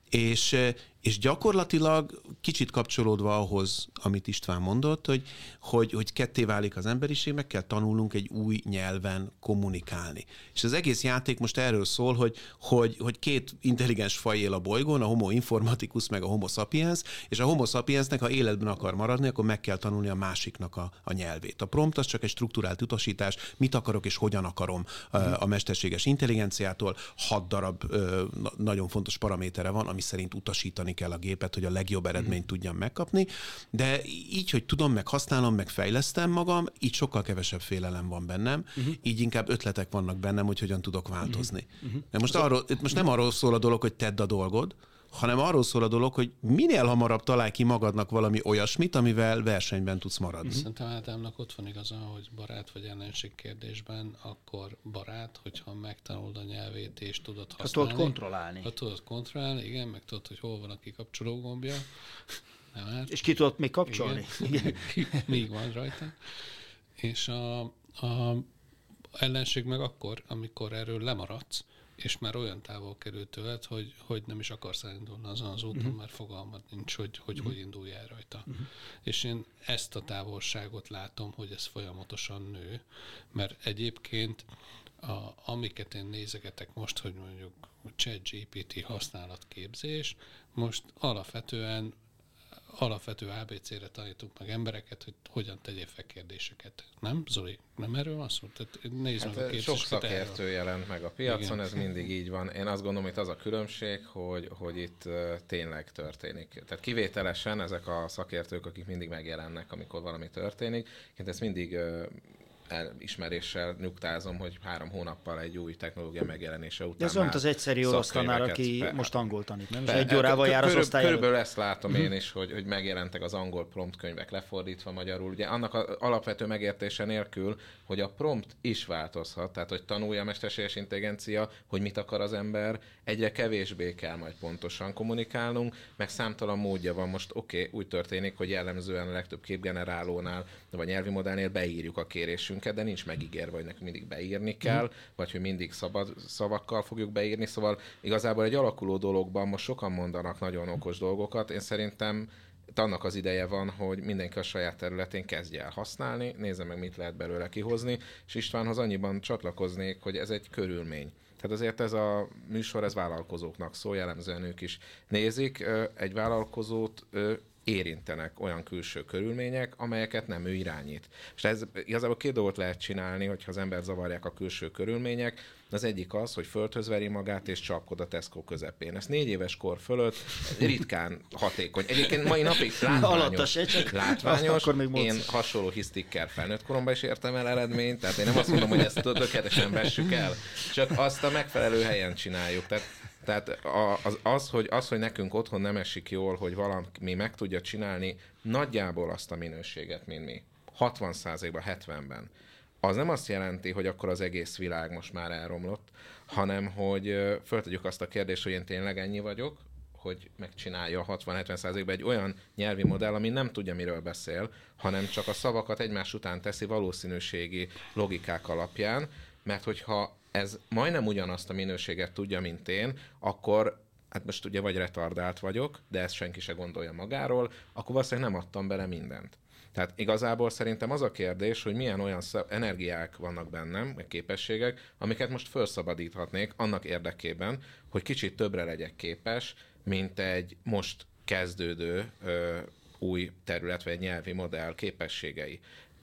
És gyakorlatilag kicsit kapcsolódva ahhoz, amit István mondott, hogy ketté válik az emberiség, meg kell tanulnunk egy új nyelven kommunikálni. És az egész játék most erről szól, hogy 2 intelligens faj él a bolygón, a homo informaticus meg a homo sapiens, és a homo sapiensnek, ha életben akar maradni, akkor meg kell tanulni a másiknak a nyelvét. A prompt az csak egy strukturált utasítás, mit akarok és hogyan akarom a mesterséges intelligenciától. 6 darab nagyon fontos paramétere van, ami szerint utasítani kell a gépet, hogy a legjobb eredményt tudjam megkapni, de így, hogy tudom, meg használom, meg fejlesztem magam, így sokkal kevesebb félelem van bennem, így inkább ötletek vannak bennem, hogy hogyan tudok változni. De most nem arról szól a dolog, hogy tedd a dolgod, hanem arról szól a dolog, hogy minél hamarabb találj ki magadnak valami olyasmit, amivel versenyben tudsz maradni. Szerintem Ádámnak ott van igaza, hogy barát vagy ellenség kérdésben, akkor barát, hogyha megtanulod a nyelvét és tudod használni. Ha tudod kontrollálni. Ha tudod kontrollálni, igen, meg tudod, hogy hol van a kikapcsoló gombja. Nem árt. És ki tudod még kapcsolni. Igen. Még van rajta. És a ellenség meg akkor, amikor erről lemaradsz, és már olyan távol került tőled, hogy nem is akarsz elindulni azon az úton, mert fogalmad nincs, hogy indulj el rajta. És én ezt a távolságot látom, hogy ez folyamatosan nő, mert egyébként amiket én nézegetek most, hogy mondjuk ChatGPT használatképzés, most alapvető ABC-re tanítunk meg embereket, hogy hogyan tegyél fel kérdéseket. Nem, Zoli? Nem erről van szó? Tehát nézd meg a képzéseket. Sok szakértő jelent meg a piacon, igen. Ez mindig így van. Én azt gondolom, hogy az a különbség, hogy itt tényleg történik. Tehát kivételesen ezek a szakértők, akik mindig megjelennek, amikor valami történik, ezt mindig elismeréssel nyugtázom, hogy 3 hónappal egy új technológia megjelenése után. Ez olyan, az egyszerű orosz tanár, aki most angol tanít, nem? És 1 órával jár az osztályra. Körülbelül ezt látom én is, hogy megjelentek az angol prompt könyvek lefordítva magyarul. Ugye annak az alapvető megértése nélkül, hogy a prompt is változhat, tehát hogy tanulja a mesterséges intelligencia, hogy mit akar az ember, egyre kevésbé kell majd pontosan kommunikálnunk, meg számtalan módja van most, úgy történik, hogy jellemzően a legtöbb képgenerálónál, vagy nyelvi modellnél beírjuk a kérésünket, de nincs megígérve, hogy nekünk mindig beírni kell, vagy hogy mindig szabad szavakkal fogjuk beírni, szóval igazából egy alakuló dologban most sokan mondanak nagyon okos dolgokat, én szerintem annak az ideje van, hogy mindenki a saját területén kezdje el használni, nézze meg, mit lehet belőle kihozni, és Istvánhoz annyiban csatlakoznék, hogy ez egy körülmény. Tehát azért ez a műsor, ez vállalkozóknak szól, jellemzően ők is nézik. Egy vállalkozót érintenek olyan külső körülmények, amelyeket nem ő irányít. És ez igazából 2 dolgot lehet csinálni, hogyha az ember zavarják a külső körülmények. Az egyik az, hogy földhöz veri magát és csapkod a Tesco közepén. Ez 4 éves kor fölött ritkán hatékony. Egyébként mai napig látványos. Én hasonló hisztikkel felnőtt koromban is értem el eredményt, tehát én nem azt mondom, hogy ezt tökéletesen vessük el, csak azt a megfelelő helyen csináljuk. Tehát az, hogy nekünk otthon nem esik jól, hogy valami meg tudja csinálni nagyjából azt a minőséget, mint mi. 60%-ban, 70-ben. Az nem azt jelenti, hogy akkor az egész világ most már elromlott, hanem hogy föltegyük azt a kérdést, hogy én tényleg ennyi vagyok, hogy megcsinálja 60-70%-ban egy olyan nyelvi modell, ami nem tudja, miről beszél, hanem csak a szavakat egymás után teszi valószínűségi logikák alapján, mert hogyha ez majdnem ugyanazt a minőséget tudja, mint én, akkor hát most ugye vagy retardált vagyok, de ezt senki se gondolja magáról, akkor valószínűleg nem adtam bele mindent. Tehát igazából szerintem az a kérdés, hogy milyen olyan energiák vannak bennem, vagy képességek, amiket most felszabadíthatnék annak érdekében, hogy kicsit többre legyek képes, mint egy most kezdődő új terület, vagy egy nyelvi modell képességei.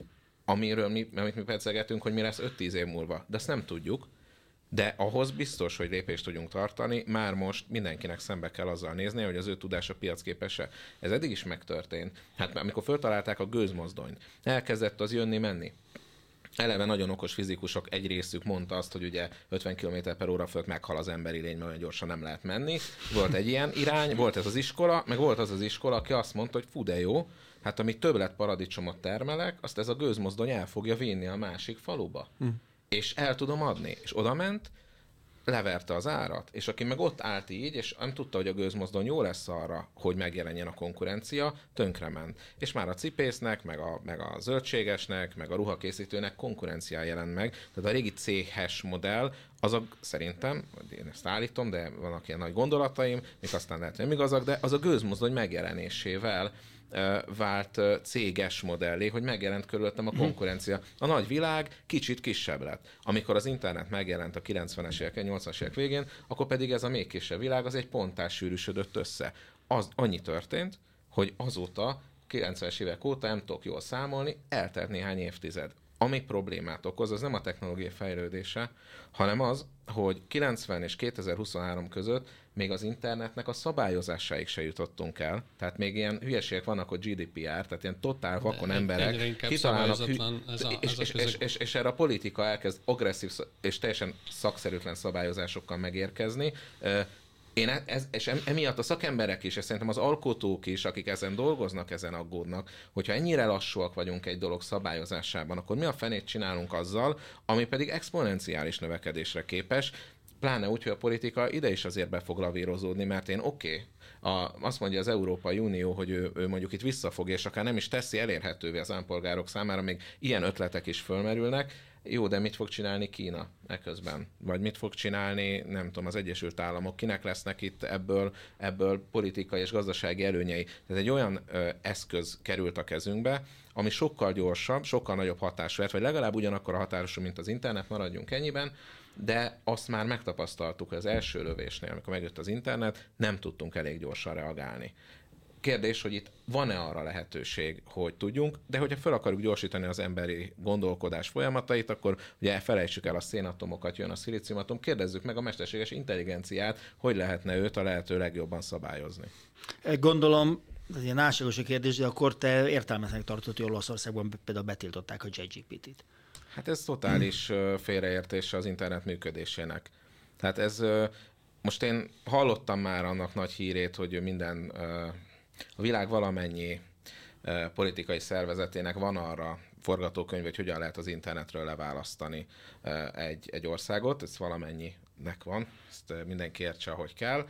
Amit mi pedzegetünk, hogy mi lesz 5-10 év múlva. De ezt nem tudjuk. De ahhoz biztos, hogy lépést tudjunk tartani, már most mindenkinek szembe kell azzal nézni, hogy az ő tudása piacképes-e. Ez eddig is megtörtént. Hát amikor föltalálták a gőzmozdonyt, elkezdett az jönni-menni. Eleve nagyon okos fizikusok egy részük mondta azt, hogy ugye 50 km/h fölött meghal az emberi lény, mert olyan gyorsan nem lehet menni. Volt egy ilyen irány, volt ez az iskola, meg volt az az iskola, aki azt mondta, hogy fú de jó, hát amíg többlet paradicsomot termelek, azt ez a gőzmozdony el fogja vinni a másik faluba. És el tudom adni. És oda ment, leverte az árat, és aki meg ott állt így, és nem tudta, hogy a gőzmozdony jó lesz arra, hogy megjelenjen a konkurencia, tönkrement. És már a cipésznek, meg a zöldségesnek, meg a ruhakészítőnek konkurencia jelent meg. Tehát a régi céhes modell, szerintem, én ezt állítom, de vannak ilyen nagy gondolataim, még aztán lehet nem igazak, de az a gőzmozdony megjelenésével vált céges modellé, hogy megjelent körülöttem a konkurencia. A nagy világ kicsit kisebb lett. Amikor az internet megjelent a 90-es évek, 80-as évek végén, akkor pedig ez a még kisebb világ, az egy ponttás sűrűsödött össze. Annyi történt, hogy azóta, 90-es évek óta, nem tudok jól számolni, eltelt néhány évtized. Ami problémát okoz, az nem a technológiai fejlődése, hanem az, hogy 90 és 2023 között még az internetnek a szabályozásáig se jutottunk el. Tehát még ilyen hülyeségek vannak, hogy GDPR, tehát ilyen totál vakon emberek kitalálnak, és erre a politika elkezd agresszív és teljesen szakszerűtlen szabályozásokkal megérkezni. És emiatt a szakemberek is, és szerintem az alkotók is, akik ezen dolgoznak, ezen aggódnak, hogyha ennyire lassúak vagyunk egy dolog szabályozásában, akkor mi a fenét csinálunk azzal, ami pedig exponenciális növekedésre képes, pláne úgy, hogy a politika ide is azért be fog lavírozódni, mert én azt mondja az Európai Unió, hogy ő mondjuk itt visszafog, és akár nem is teszi elérhetővé az állampolgárok számára, még ilyen ötletek is fölmerülnek. Jó, de mit fog csinálni Kína eközben? Vagy mit fog csinálni, nem tudom, az Egyesült Államok? Kinek lesznek itt ebből politikai és gazdasági előnyei? Tehát egy olyan eszköz került a kezünkbe, ami sokkal gyorsabb, sokkal nagyobb hatású lehet, vagy legalább ugyanakkor a hatású, mint az internet, maradjunk ennyiben, de azt már megtapasztaltuk, hogy az első lövésnél, amikor megjött az internet, nem tudtunk elég gyorsan reagálni. Kérdés, hogy itt van-e arra lehetőség, hogy tudjunk, de hogyha fel akarjuk gyorsítani az emberi gondolkodás folyamatait, akkor ugye felejtsük el a szénatomokat, jön a szilíciumatom, kérdezzük meg a mesterséges intelligenciát, hogy lehetne őt a lehető legjobban szabályozni. Gondolom, ez ilyen álságos a kérdés, de akkor te értelmetlenek tartott, hogy Olaszországban például betiltották a ChatGPT-t. Hát ez totális félreértés az internet működésének. Tehát ez, most én hallottam már annak nagy hírét, hogy minden, a világ valamennyi politikai szervezetének van arra forgatókönyv, hogy hogyan lehet az internetről leválasztani egy országot, ez valamennyinek van, ezt mindenki értse, ahogy kell,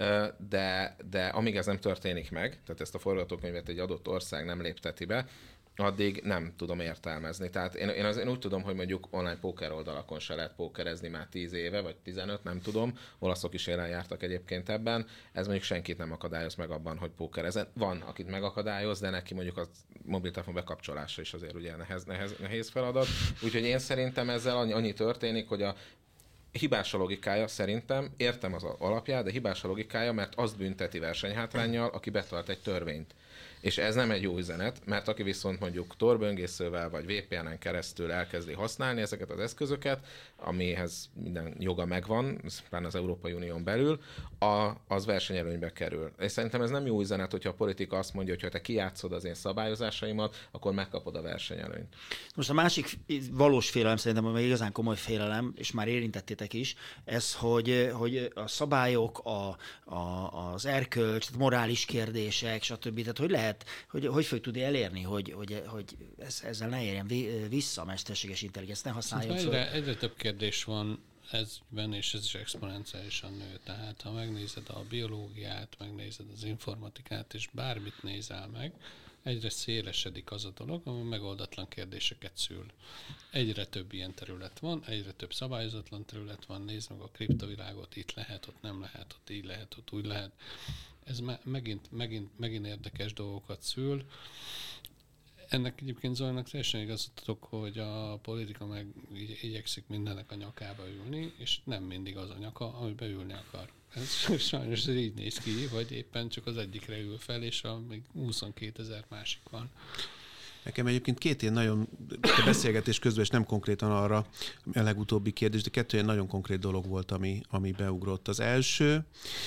de amíg ez nem történik meg, tehát ezt a forgatókönyvet egy adott ország nem lépteti be, addig nem tudom értelmezni. Tehát én úgy tudom, hogy mondjuk online póker oldalakon se lehet pókerezni már 10 éve, vagy 15, nem tudom. Olaszok is élen jártak egyébként ebben. Ez mondjuk senkit nem akadályoz meg abban, hogy pókerezzen. Van, akit megakadályoz, de neki mondjuk a mobiltelefon bekapcsolása is azért ugye nehéz feladat. Úgyhogy én szerintem ezzel annyi történik, hogy a hibás a logikája, szerintem, értem az alapját, de hibás a logikája, mert azt bünteti versenyhátránnyal, aki betart egy törvényt. És ez nem egy jó üzenet, mert aki viszont mondjuk torböngészővel vagy VPN-en keresztül elkezdi használni ezeket az eszközöket, amihez minden joga megvan, pláne az Európai Unión belül, az versenyelőnybe kerül. És szerintem ez nem jó üzenet, hogyha a politika azt mondja, hogy ha te kijátszod az én szabályozásaimat, akkor megkapod a versenyelőnyt. Most a másik valós félelem, szerintem, ami igazán komoly félelem, és már érintettétek is, ez, hogy a szabályok, az erkölcs, morális kérdések, stb. Tehát hogy lehet, hogy fog tudni elérni, hogy ezzel ne érjen vissza a mesterséges intelligencia, ne használjon föl. Egyre több kérdés van ezben, és ez is exponenciálisan nő. Tehát ha megnézed a biológiát, megnézed az informatikát, és bármit nézel meg, egyre szélesedik az a dolog, ami megoldatlan kérdéseket szül. Egyre több ilyen terület van, egyre több szabályozatlan terület van, nézd meg a kriptovilágot, itt lehet, ott nem lehet, ott így lehet, ott úgy lehet. Ez megint érdekes dolgokat szül. Ennek egyébként Zolinak teljesen igazatok, hogy a politika meg igyekszik mindennek a nyakába ülni, és nem mindig az a nyaka, amiben ülni akar. Ez sajnos így néz ki, vagy éppen csak az egyikre ül fel, és még 22 000 másik van. Nekem egyébként két ilyen nagyon beszélgetés közben, és nem konkrétan arra a legutóbbi kérdés, de kettő ilyen nagyon konkrét dolog volt, ami beugrott. Az első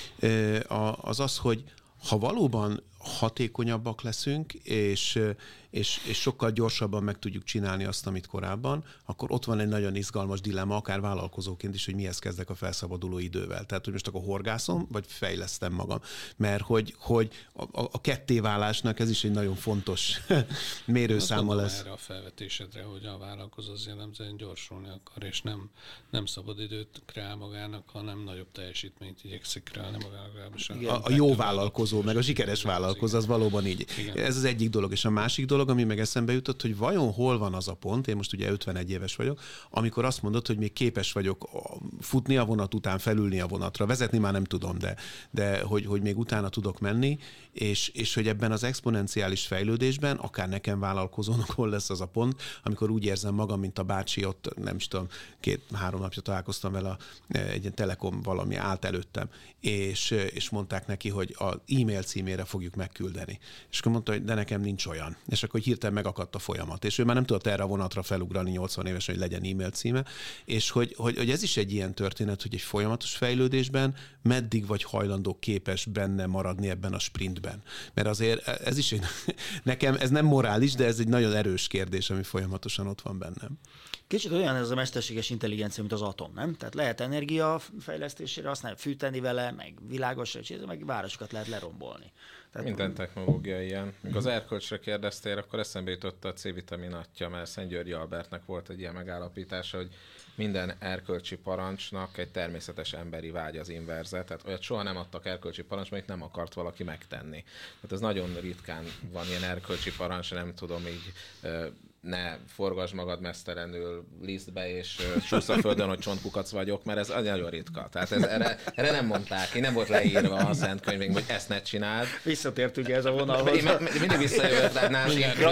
az, hogy ha valóban hatékonyabbak leszünk, és sokkal gyorsabban meg tudjuk csinálni azt, amit korábban, akkor ott van egy nagyon izgalmas dilemma, akár vállalkozóként is, hogy mihez kezdek a felszabaduló idővel. Tehát, hogy most akkor horgászom, vagy fejlesztem magam. Mert hogy a kettéválásnak ez is egy nagyon fontos mérőszáma lesz. Erre a felvetésedre, hogy a vállalkozó az jellemzően gyorsulni akar, és nem szabad időt kreál magának, hanem nagyobb teljesítményt igyekszik kreálni magának. A jó vállalkozó, meg a sikeres vállalkozó, az valóban így. Igen. Ez az egyik dolog. És a másik dolog, ami meg eszembe jutott, hogy vajon hol van az a pont, én most ugye 51 éves vagyok, amikor azt mondod, hogy még képes vagyok futni a vonat után, felülni a vonatra, vezetni már nem tudom, de hogy még utána tudok menni, és hogy ebben az exponenciális fejlődésben, akár nekem vállalkozónak hol lesz az a pont, amikor úgy érzem magam, mint a bácsi ott, nem is tudom, 2-3 napja találkoztam vele, egy ilyen Telekom valami állt előttem, és mondták neki, hogy az e-mail címére fogjuk megküldeni. És akkor mondta, hogy de nekem nincs olyan. És akkor hirtelen megakadt a folyamat. És ő már nem tudott erre a vonatra felugrani 80 évesen, hogy legyen e-mail címe. És hogy ez is egy ilyen történet, hogy egy folyamatos fejlődésben meddig vagy hajlandó képes benne maradni ebben a sprintben. Mert azért ez is nekem ez nem morális, de ez egy nagyon erős kérdés, ami folyamatosan ott van bennem. Kicsit olyan ez a mesterséges intelligencia, mint az atom, nem? Tehát lehet energia fejlesztésére használni, fűteni vele, meg világosra, meg városokat lehet lerombolni. Tehát minden technológia ilyen. Mikor az erkölcsre kérdeztél, akkor eszembe jutott a C-vitamin atya, mert Szent Györgyi Albertnek volt egy ilyen megállapítása, hogy minden erkölcsi parancsnak egy természetes emberi vágy az inverze. Tehát olyat soha nem adtak erkölcsi parancs, mert nem akart valaki megtenni. Tehát ez nagyon ritkán van ilyen erkölcsi parancs, nem tudom így ne forgasd magad mesztelenül lisztbe, és súsz a földön, hogy csontkukac vagyok, mert ez nagyon ritka. Tehát erre nem mondták, nem volt leírva a Szent Könyvben, hogy ezt ne csináld. Visszatértünk ez a vonalhoz. Én mindig visszajövök, tehát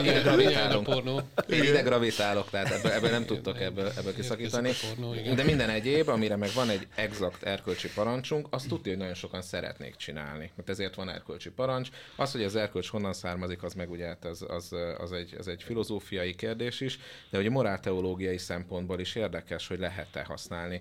ide gravitálok, tehát ebből nem tudtok ebből kiszakítani. De minden egyéb, amire meg van egy exakt erkölcsi parancsunk, azt tudja, hogy nagyon sokan szeretnék csinálni. Mert ezért van erkölcsi parancs. Az, hogy az erkölcs honnan származik, az meg ugye az egy filozófiai kérdés is, de hogy morálteológiai szempontból is érdekes, hogy lehet-e használni.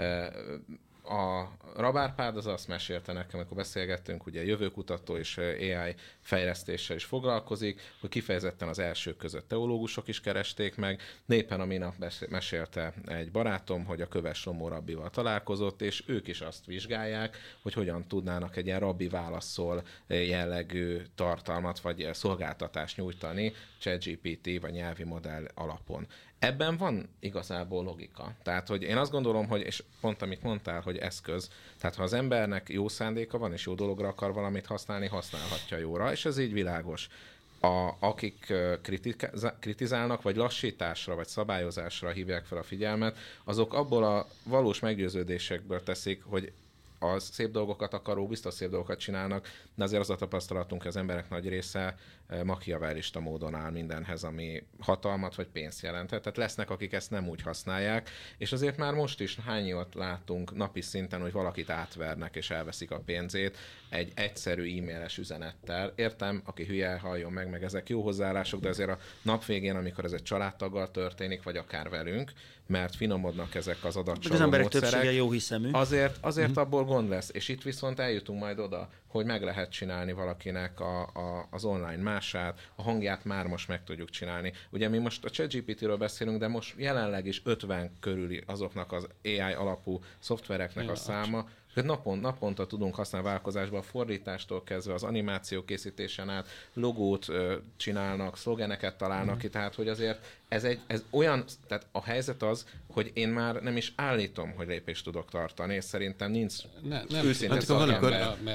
A Rabárpád az azt mesélte nekem, amikor beszélgettünk, ugye jövőkutató és AI fejlesztéssel is foglalkozik, hogy kifejezetten az elsők között teológusok is keresték meg. Éppen a minap mesélte egy barátom, hogy a Köves Romó rabbival találkozott, és ők is azt vizsgálják, hogy hogyan tudnának egy ilyen rabbi válaszol jellegű tartalmat vagy szolgáltatást nyújtani ChatGPT vagy nyelvi modell alapon. Ebben van igazából logika. Tehát, hogy én azt gondolom, hogy, és pont amit mondtál, hogy eszköz, tehát ha az embernek jó szándéka van, és jó dologra akar valamit használni, használhatja jóra, és ez így világos. Akik kritizálnak, vagy lassításra, vagy szabályozásra hívják fel a figyelmet, azok abból a valós meggyőződésekből teszik, hogy a szép dolgokat akarók biztos szép dolgokat csinálnak, de azért az a tapasztalatunk, hogy az emberek nagy része machiavellista módon áll mindenhez, ami hatalmat vagy pénzt jelenthet. Tehát lesznek, akik ezt nem úgy használják, és azért már most is hányiat látunk napi szinten, hogy valakit átvernek és elveszik a pénzét egy egyszerű e-mailes üzenettel. Értem, aki hülye, halljon meg ezek jó hozzáállások, de azért a nap végén, amikor ez egy családtaggal történik, vagy akár velünk, mert finomodnak ezek az adatcsaló az emberek módszerek, többsége jó hiszemű. Azért abból gond lesz, és itt viszont eljutunk majd oda, hogy meg lehet csinálni valakinek az online mását, a hangját már most meg tudjuk csinálni. Ugye mi most a ChatGPT-ről beszélünk, de most jelenleg is 50 körüli azoknak az AI alapú szoftvereknek a száma, hogy naponta tudunk használni vállalkozásban, a fordítástól kezdve az animáció készítésen át, logót csinálnak, szlogeneket találnak ki, tehát hogy azért ez olyan, tehát a helyzet az, hogy én már nem is állítom, hogy lépést tudok tartani, és szerintem nincs őszinte mert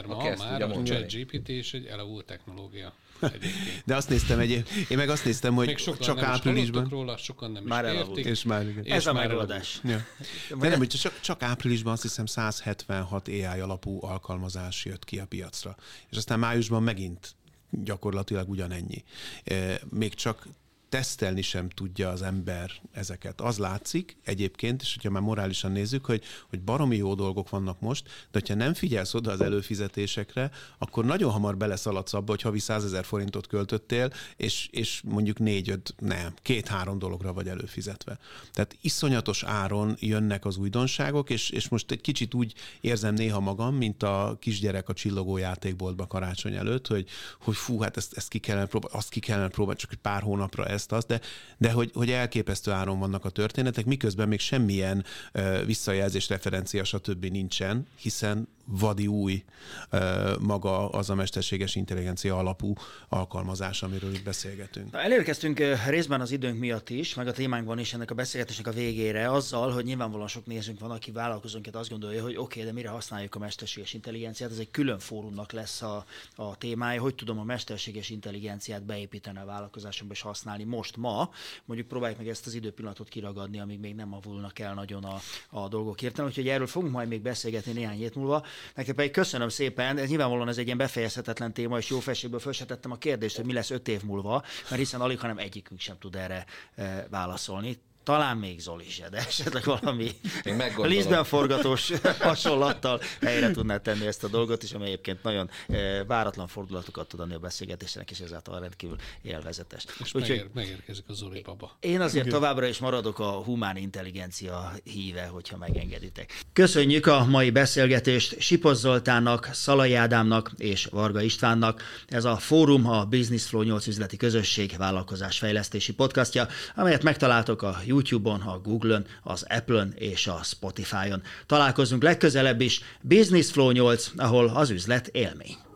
már a ChatGPT is egy elavult technológia. Egyébként. De azt néztem én meg azt néztem, hogy csak áprilisban. Róla, sokan nem már is értik. És már, igen. Ez a megoldás. Ja. De nem, hogy csak áprilisban azt hiszem 176 AI alapú alkalmazás jött ki a piacra. És aztán májusban megint gyakorlatilag ugyanennyi. Még csak tesztelni sem tudja az ember ezeket. Az látszik egyébként, és hogyha már morálisan nézzük, hogy baromi jó dolgok vannak most, de hogyha nem figyelsz oda az előfizetésekre, akkor nagyon hamar beleszaladsz abba, hogy havi 100 000 forintot költöttél, és mondjuk 2-3 dologra vagy előfizetve. Tehát iszonyatos áron jönnek az újdonságok, és most egy kicsit úgy érzem néha magam, mint a kisgyerek a csillogó játékboltba karácsony előtt, hogy fú, hát ezt ki kellene próbálni, azt ki kellene próbálni, csak egy pár hónapra de hogy elképesztő áron vannak a történetek, miközben még semmilyen visszajelzés, referencia, stb. Nincsen, hiszen vadi új maga az a mesterséges intelligencia alapú alkalmazás, amiről itt beszélgetünk. Elérkeztünk részben az időnk miatt is, meg a témánkban is ennek a beszélgetésnek a végére, azzal, hogy nyilvánvalóan sok nézőnk van, aki vállalkozónként azt gondolja, hogy oké, de mire használjuk a mesterséges intelligenciát, ez egy külön fórumnak lesz a témája, hogy tudom a mesterséges intelligenciát beépíteni a vállalkozásomba és használni ma, mondjuk próbáljuk meg ezt az időpillanatot kiragadni, amíg még nem avulnak el nagyon a dolgok hirtelen, úgyhogy erről fogunk majd még beszélgetni néhány hét múlva. Nektek pedig köszönöm szépen, ez nyilvánvalóan ez egy ilyen befejezhetetlen téma, és jó felségből föl se tettem a kérdést, hogy mi lesz 5 év múlva, mert hiszen alig, hanem egyikünk sem tud erre válaszolni. Talán még Zoli se, de esetleg valami Lisbon forgatós hasonlattal helyre tudná tenni ezt a dolgot, és amely egyébként nagyon váratlan fordulatokat tud adni a beszélgetésnek, és ezáltal rendkívül élvezetes. És megérkezik a Zoli baba. Én azért továbbra is maradok a humán intelligencia híve, hogyha megengeditek. Köszönjük a mai beszélgetést Sipos Zoltánnak, Szalai Ádámnak és Varga Istvánnak. Ez a Fórum a Business Flow 8 üzleti közösség vállalkozásfejlesztési podcastja, amelyet megtaláltok a YouTube-on, a Google-ön, az Apple-ön és a Spotify-on. Találkozunk legközelebb is. Business Flow 8, ahol az üzlet élmény.